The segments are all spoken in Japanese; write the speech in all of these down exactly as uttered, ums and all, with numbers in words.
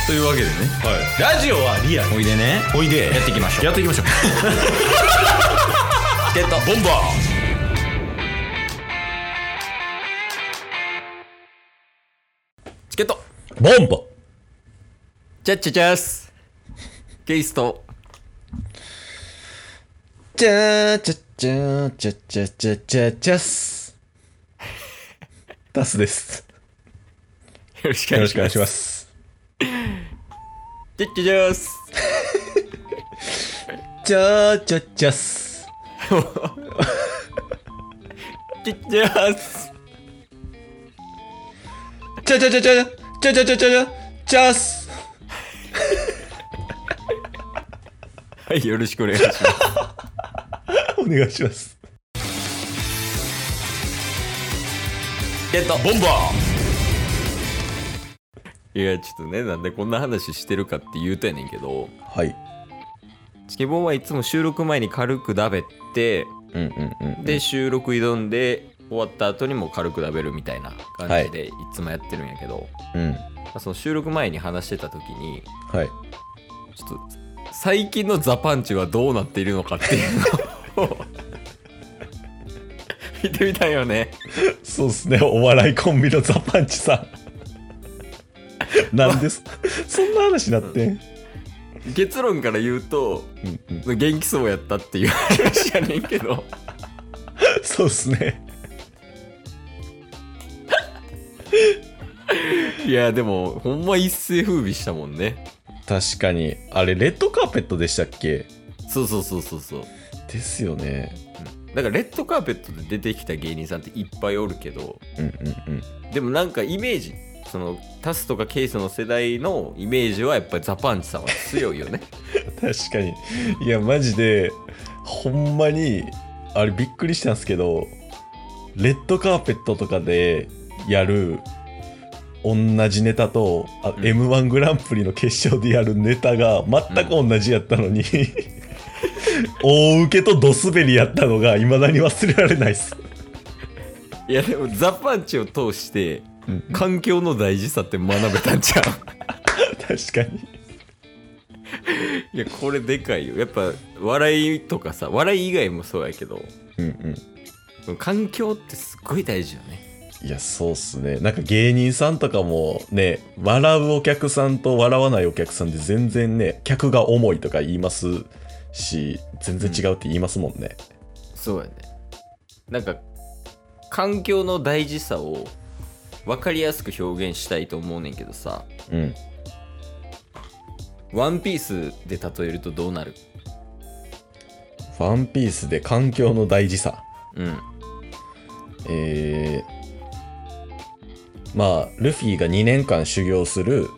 というわけでね、 はい、ラジオはリアル。 おいでね、 おいでやっていきましょう。 やっていきましょうチケットボンバー。チケットボンボチャッチャチャースケイストチャーチャチャチャチャチャチャチャスタスです。 よろしくよろしくお願いします。 チャッチャチャースチャーチャチャスチャッチャースチャチャチャチャチャチャチャチャチャチャスはい、よろしくお願いしますお願いします。 チケットボンバー。いや、ちょっとね、なんでこんな話してるかって言うとやねんけど、 はい。 チケボンはいつも収録前に軽くだべって、 うんうんうん、うん、 で収録挑んで終わった後にも軽くだべるみたいな感じでいつもやってるんやけど、 はい、うん、 その収録前に話してた時に、 はい、 ちょっと最近のザパンチはどうなっているのかっていうのを見てみたいよね。 そうっすね、お笑いコンビのザパンチさんなんですそんな話になってん、 うん、結論から言うと、うんうん、元気そうやったっていう話やねんけどそうっすねいやでもほんま一世風靡したもんね。 確かに。あれレッドカーペットでしたっけ？ そうそうそうそうそうですよね、 うん、だからレッドカーペットで出てきた芸人さんっていっぱいおるけど、 うんうんうん、 でもなんかイメージ、そのタスとかケイスの世代のイメージはやっぱりザパンチさんは強いよね確かに。いやマジでほんまにあれびっくりしたんですけど、レッドカーペットとかでやる同じネタと、あ、うん、エムワン グランプリの決勝でやるネタが全く同じやったのに、うん、大受けとドスベリやったのが未だに忘れられないっす。 いやでもザパンチを通して環境の大事さって学べたんちゃう確かに。 いやこれでかいよ。やっぱ笑いとかさ、笑い以外もそうやけど、うんうん、環境ってすっごい大事よね。 いやそうっすね。なんか芸人さんとかもね、笑うお客さんと笑わないお客さんで全然ね、客が重いとか言いますし、全然違うって言いますもんね、 うん、そうやね。なんか環境の大事さを分かりやすく表現したいと思うねんけどさ、うん、ワンピースで例えるとどうなる？ ワンピースで環境の大事さ、うん、えーまあルフィがにねんかん修行する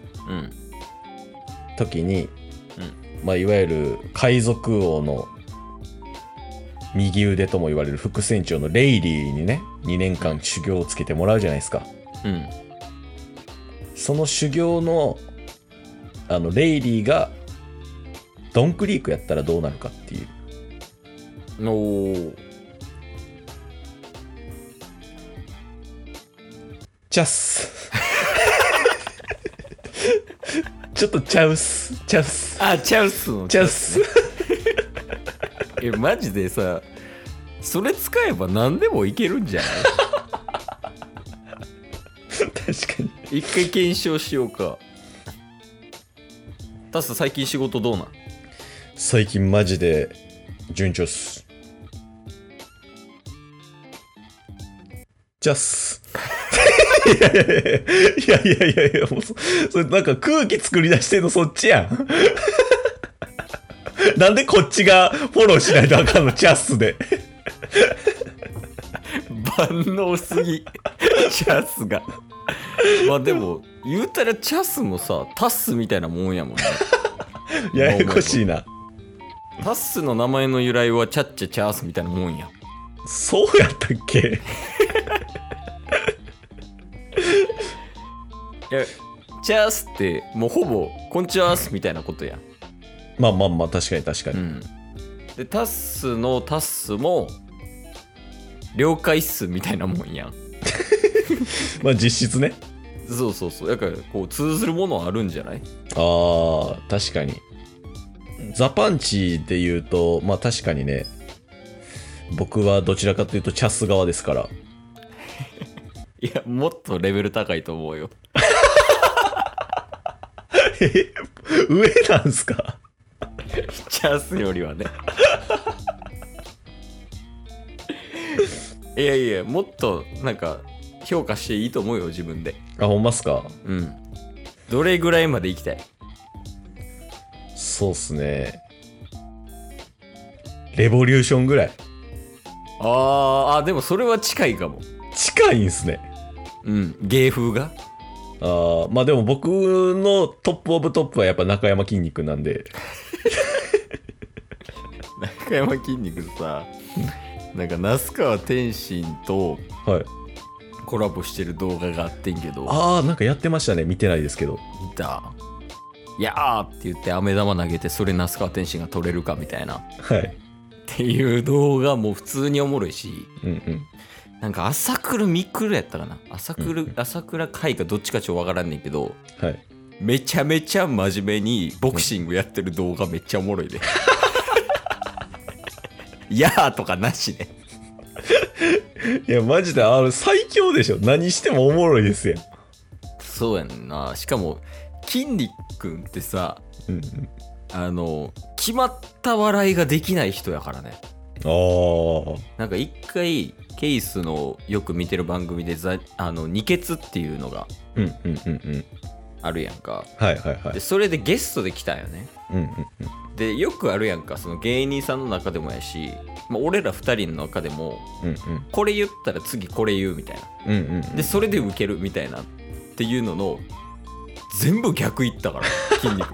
時に、うんうん、まあいわゆる海賊王の右腕とも言われる副船長のレイリーにねにねんかん修行をつけてもらうじゃないですか、うん、その修行のあのレイリーがドンクリークやったらどうなるかっていう。 おー、 チャスちょっとチャウスチャウスあチャウスのチャウスえマジでさ、それ使えば何でもいけるんじゃない確かに。 一回検証しようか。タス最近仕事どうなん？ 最近マジで順調っす。チャスいやいやいやいやいやいや、もう そ, それなんか空気作り出してんのそっちやんなんでこっちがフォローしないとあかんの？チャスで万能すぎチャスが。まあでも言うたらチャスもさタスみたいなもんやもんねややこしいな。 タスの名前の由来はチャッチャチャースみたいなもんや。 そうやったっけいやチャースってもうほぼこんちはーすみたいなことやん。 まあまあまあ確かに確かに、うん、 でタッスのタッスも了解っすみたいなもんやんまあ実質ね。 そうそうそう。だからこう通ずるものあるんじゃない？ あー、確かに。ザパンチで言うと、まあ確かにね、僕はどちらかというとチャス側ですから。 いや、もっとレベル高いと思うよ。 え、上なんすか？ チャンスよりはね。いやいや、もっとなんか評価していいと思うよ、自分で。 あ、ほんまっすか？ うん。どれぐらいまで行きたい？ そうっすね。レボリューションぐらい。 あーあ、でもそれは近いかも。 近いんすね。 うん、芸風が。 あー、まあでも僕のトップオブトップはやっぱ中山きんに君なんで。 中山きんに君さ、なんか那須川天心とはい。 コラボしてる動画があってんけど、 あー、なんかやってましたね。見てないですけど。 見た？いやーって言って飴玉投げて、それ那須川天心が取れるかみたいなはい。 っていう動画も普通におもろいし、 うんうん。 なんか朝倉未来やったかな、朝倉、 うんうん、 朝倉海かどっちかちょっとわからんねんけど、 はい。 めちゃめちゃ真面目にボクシングやってる動画めっちゃおもろいで。いやーとかなしね。 いや、マジで、あれ最強でしょ。何してもおもろいですやん。 そうやんな。しかも筋肉くんってさ、 うんうん。 あの決まった笑いができない人やからね。 あー。 なんか一回ケイスのよく見てる番組でざあの二ケツっていうのがうんうんうんうん。 あるやんか。 はいはいはいで。それでゲストで来たんよね。 うんうんうん。 でよくあるやんか、その芸人さんの中でもやし、まあ、俺ら二人の中でもうんうん。 これ言ったら次これ言うみたいな、 うんうんうん。 でそれでウケるみたいなっていうのの全部逆いったから筋肉。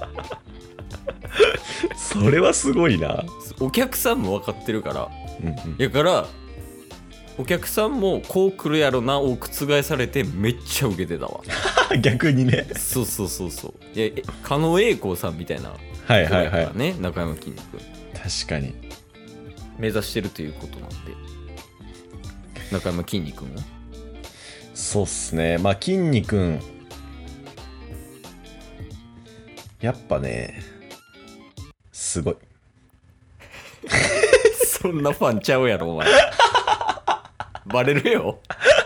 それはすごいな。 お客さんも分かってるから、 うんうん。 やからお客さんもこう来るやろなを覆されてめっちゃウケてたわ。 逆にね。 そうそうそうそう。いやえ狩野英孝さんみたいなはいはいはい。 ね、中山筋肉確かに。 目指してるということなんで、中山筋肉もそうっすね。まあ、筋肉やっぱね、すごい。 そんなファンちゃうやろお前。バレるよ。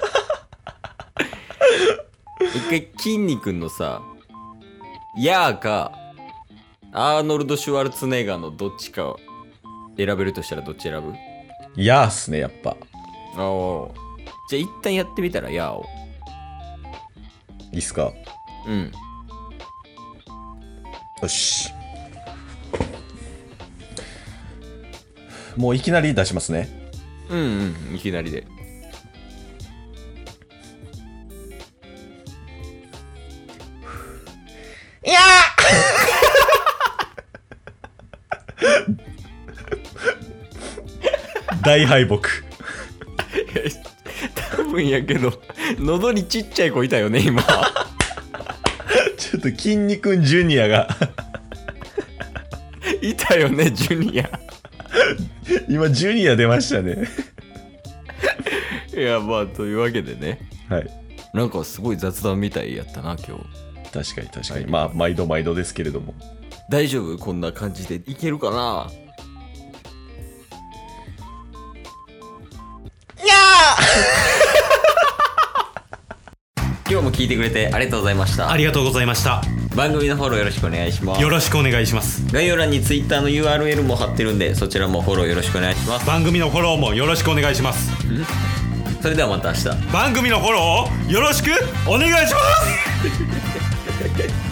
一回筋肉のさ、ヤーかアーノルド・シュワルツェネッガーのどっちか選べるとしたらどっち選ぶ？ いやーっすね、やっぱ。 ああ。じゃあ一旦やってみたらヤーを。 いいっすか？ うん。 よし。もういきなり出しますね。 うんうん、いきなりで。 いや大敗北。 多分やけど喉にちっちゃい子いたよね今。 ちょっと筋肉ジュニアがいたよねジュニア。 今ジュニア出ましたね。 いやまあというわけでね、 はい。 なんかすごい雑談みたいやったな今日。 確かに確かに、 はい、 まあ毎度毎度ですけれども。 大丈夫？こんな感じでいけるかな？ いや今日も聞いてくれてありがとうございました。 ありがとうございました。 番組のフォローよろしくお願いします。 よろしくお願いします。 概要欄に Twitter の ユーアールエル も貼ってるんで、そちらもフォローよろしくお願いします。 番組のフォローもよろしくお願いします。 それではまた明日。 番組のフォローをよろしくお願いします。